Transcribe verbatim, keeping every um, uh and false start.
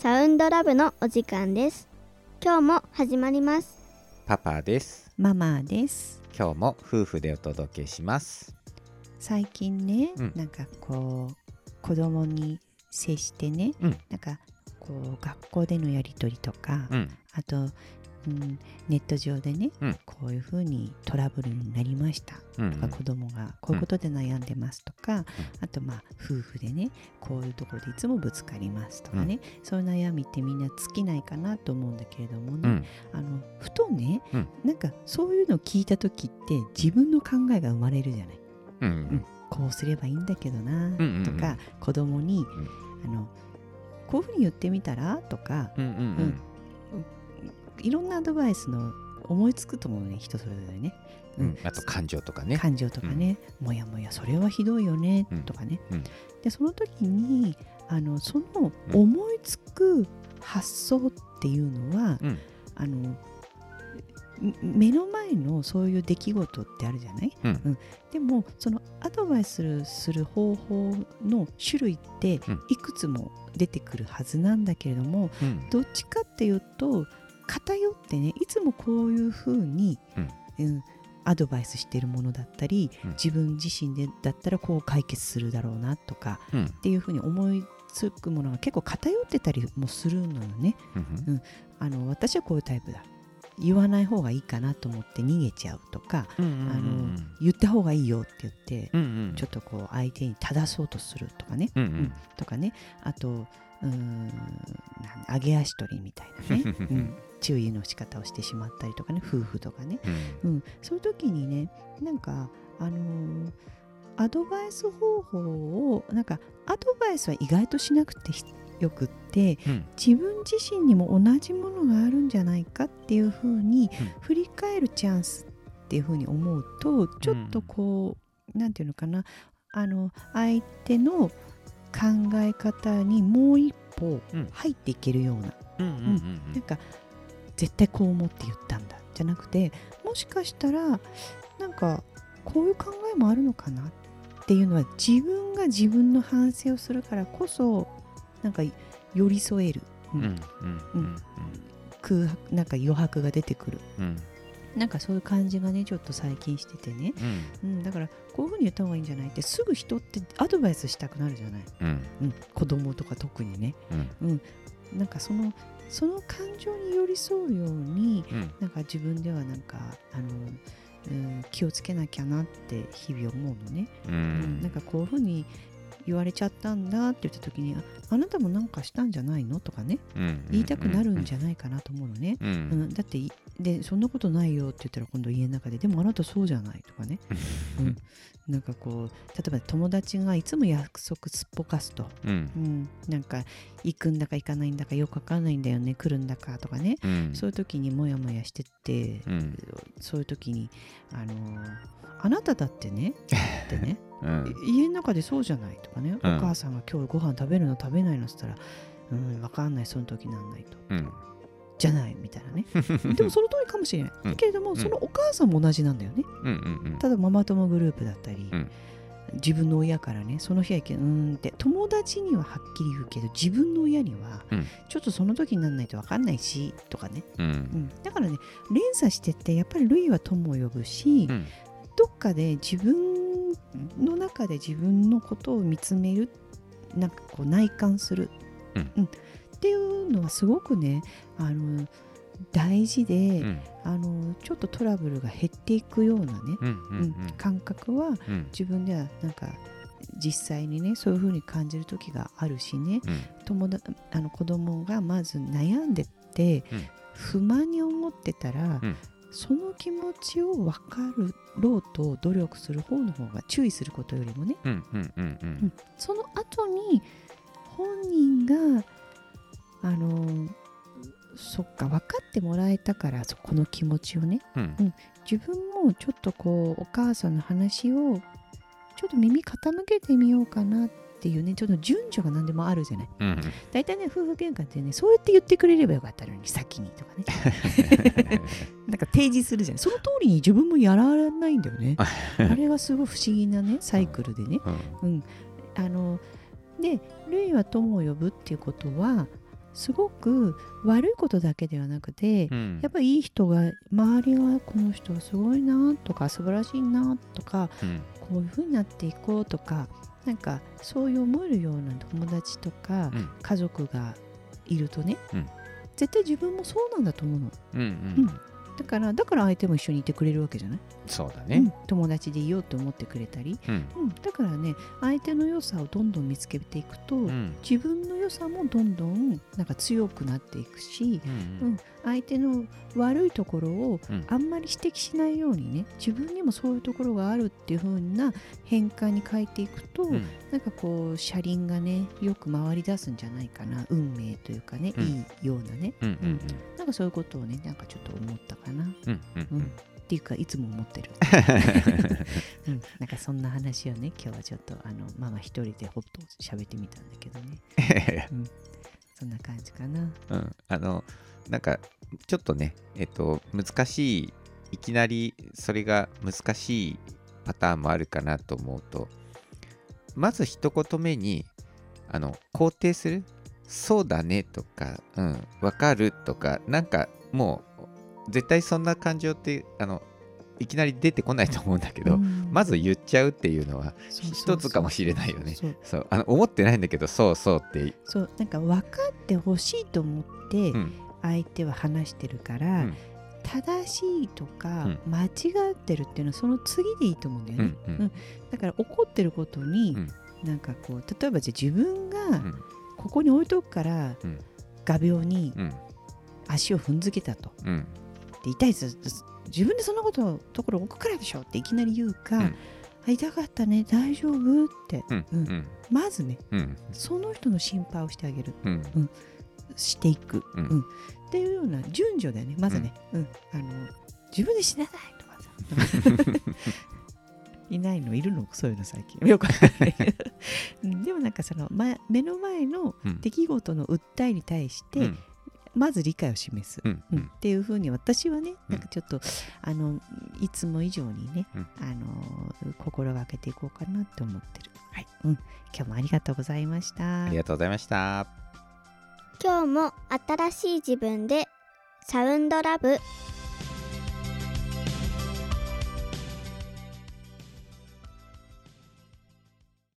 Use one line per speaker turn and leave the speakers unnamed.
サウンドラブのお時間です。今日も始まります。
パパです。
ママです。
今日も夫婦でお届けします。
最近ね、
うん、
なんかこう子供に接してね、
うん、
なんかこう学校でのやり取りとか、
うん、
あと、うん、ネット上でね、
うん、
こういうふうにトラブルになりました
うん、
とか、子供がこういうことで悩んでますとか、
うん、
あとまあ夫婦でねこういうところでいつもぶつかりますとかね、うん、そういう悩みってみんな尽きないかなと思うんだけれどもね、うん、あのふとね、うん、なんかそういうのを聞いた時って自分の考えが生まれるじゃない、
うんうん
うん、こうすればいいんだけどなとか、
うんうんうん、
子供に、
うん、
あのこういうふうに言ってみたらとか、
うんうんうん
うんいろんなアドバイスの思いつくと思うね、人それぞれね、
うん、あと感情とかね
感情とかね、うん、もやもやそれはひどいよね、うん、とかね、うん、でその時にあのその思いつく発想っていうのは、うん、あの目の前のそういう出来事ってあるじゃない、うんうん、でもそのアドバイスする、する方法の種類っていくつも出てくるはずなんだけれども、うん、どっちかっていうと偏ってね、いつもこういうふうに、うんうん、アドバイスしているものだったり、うん、自分自身でだったらこう解決するだろうなとか、うん、っていうふうに思いつくものが結構偏ってたりもするのよね、うんうん、あの私はこういうタイプだ、言わない方がいいかなと思って逃げちゃうとか、うんうんうん、あの言った方がいいよって言って、うんうん、ちょっとこう相手に正そうとするとかね、うんうんうん、とかね、あとうーん上げ足取りみたいなね、うん、注意の仕方をしてしまったりとかね、夫婦とかね、うんうん、そういう時にね、なんかあのー、アドバイス方法をなんかアドバイスは意外としなくてよくって、うん、自分自身にも同じものがあるんじゃないかっていうふうに振り返るチャンスっていうふうに思うと、ちょっとこう、うん、なんていうのかな、あの相手の考え方にもう一歩入っていけるような、なんか絶対こう思って言ったんだじゃなくて、もしかしたらなんかこういう考えもあるのかなっていうのは、自分が自分の反省をするからこそなんか寄り添える、うんうんうん、空白、なんか余白が出てくる、うん、なんかそういう感じがねちょっと最近しててね、うんうん、だからこういうふうに言った方がいいんじゃないって、すぐ人ってアドバイスしたくなるじゃない、うんうん、子供とか特にね、うんうん、なんかそのその感情に寄り添うように、うん、なんか自分ではなんかあの、うん、気をつけなきゃなって日々思うのね、うんうん、なんかこういうふうに言われちゃったんだって言った時に、 あ, あなたもなんかしたんじゃないのとかね、うんうんうん、言いたくなるんじゃないかなと思うのね、うんうん、だってでそんなことないよって言ったら今度家の中で、でもあなたそうじゃないとかね、うん、なんかこう例えば友達がいつも約束すっぽかすと、うんうん、なんか行くんだか行かないんだかよくわかんないんだよね、来るんだかとかね、うん、そういう時にモヤモヤしてって、うん、そういう時にあのー、あなただってねってねうん、家の中でそうじゃないとかね、うん、お母さんが今日ご飯食べるの食べないのって言ったら、うん、分かんない、その時なんないと、うん、じゃないみたいなねでもその通りかもしれない、うん、けれども、うん、そのお母さんも同じなんだよね、うんうんうん、ただママ友グループだったり、うん、自分の親からね、その日はけうんって友達にははっきり言うけど、自分の親には、うん、ちょっとその時にならないと分かんないしとかね、うんうん、だからね連鎖してってやっぱり類は友を呼ぶし、うん、どっかで自分の中で自分のことを見つめる、なんかこう内観する、うんうん、っていうのはすごくねあの大事で、うん、あのちょっとトラブルが減っていくようなね、うんうんうん、感覚は、うん、自分ではなんか実際にねそういう風に感じる時があるしね、うん、友だあの子供がまず悩んでって、うん、不満に思ってたら、うん、その気持ちを分かろうと努力する方の方が注意することよりもね、うんうんうんうん、その後に本人があのそっか分かってもらえたからそこの気持ちをね、うんうん、自分もちょっとこうお母さんの話をちょっと耳傾けてみようかなっていうね、ちょっと順序が何でもあるじゃない、うんうん、だいたいね夫婦喧嘩ってねそうやって言ってくれればよかったのに先にとかねなんか提示するじゃない、その通りに自分もやらないんだよねあれがすごい不思議なねサイクルでね、うんうん、あので類は友を呼ぶっていうことはすごく悪いことだけではなくて、
うん、
やっぱりいい人が周りがこの人はすごいなとか素晴らしいなとか、うん、こういう風になっていこうとか、なんかそういう思えるような友達とか家族がいるとね、うん、絶対自分もそうなんだと思うの、うんうんうん、だからだから相手も一緒にいてくれるわけじゃない。
そうだね、
うん、友達でいようと思ってくれたり、うんうん、だからね相手の良さをどんどん見つけていくと、うん、自分の良さもどんどんなんか強くなっていくし、うんうん、相手の悪いところをあんまり指摘しないようにね、自分にもそういうところがあるっていう風な変化に変えていくと、うん、なんかこう車輪がねよく回り出すんじゃないかな、運命というかね、うん、いいようなね、うんうんうん、なんかそういうことをねなんかちょっと思ったかな、うんうんうん、っていうかいつも思ってる、うん、なんかそんな話をね今日はちょっとあのママ一人でほっと喋ってみたんだけどね、うん、そんな感じかな、
うん、あのなんかちょっとねえっと難しい、いきなりそれが難しいパターンもあるかなと思うと、まず一言目にあの肯定する、そうだねとか、うん、わかるとか、なんかもう絶対そんな感情ってあのいきなり出てこないと思うんだけど、うん、まず言っちゃうっていうのは一つかもしれないよね。そうそうあの思ってないんだけどそうそうって
そうなんか分かってほしいと思って相手は話してるから、うん、正しいとか、うん、間違ってるっていうのはその次でいいと思うんだよね、うんうんうん、だから怒ってることに、うん、なんかこう例えばじゃあ自分がここに置いとくから、うん、画鋲に足を踏んづけたと、うん、で痛いです自分でそんなことところ置くからでしょっていきなり言うか、うん、あ痛かったね大丈夫って、うんうん、まずね、うん、その人の心配をしてあげる、うんうん、していく、うんうん、っていうような順序だよねまずね、うんうん、あの自分で死なないとかさいないのいるのそういうの最近よくわかんないけど、うん、でもなんかその、ま、目の前の出来事の訴えに対して、うんまず理解を示す、うんうん、っていうふうに私はね、なんかちょっとあのいつも以上にね、うん、あの心がけていこうかなって思ってる、はいうん、今日もありがとうございました。
ありがとうございました。
今日も新しい自分でサウンドラブ。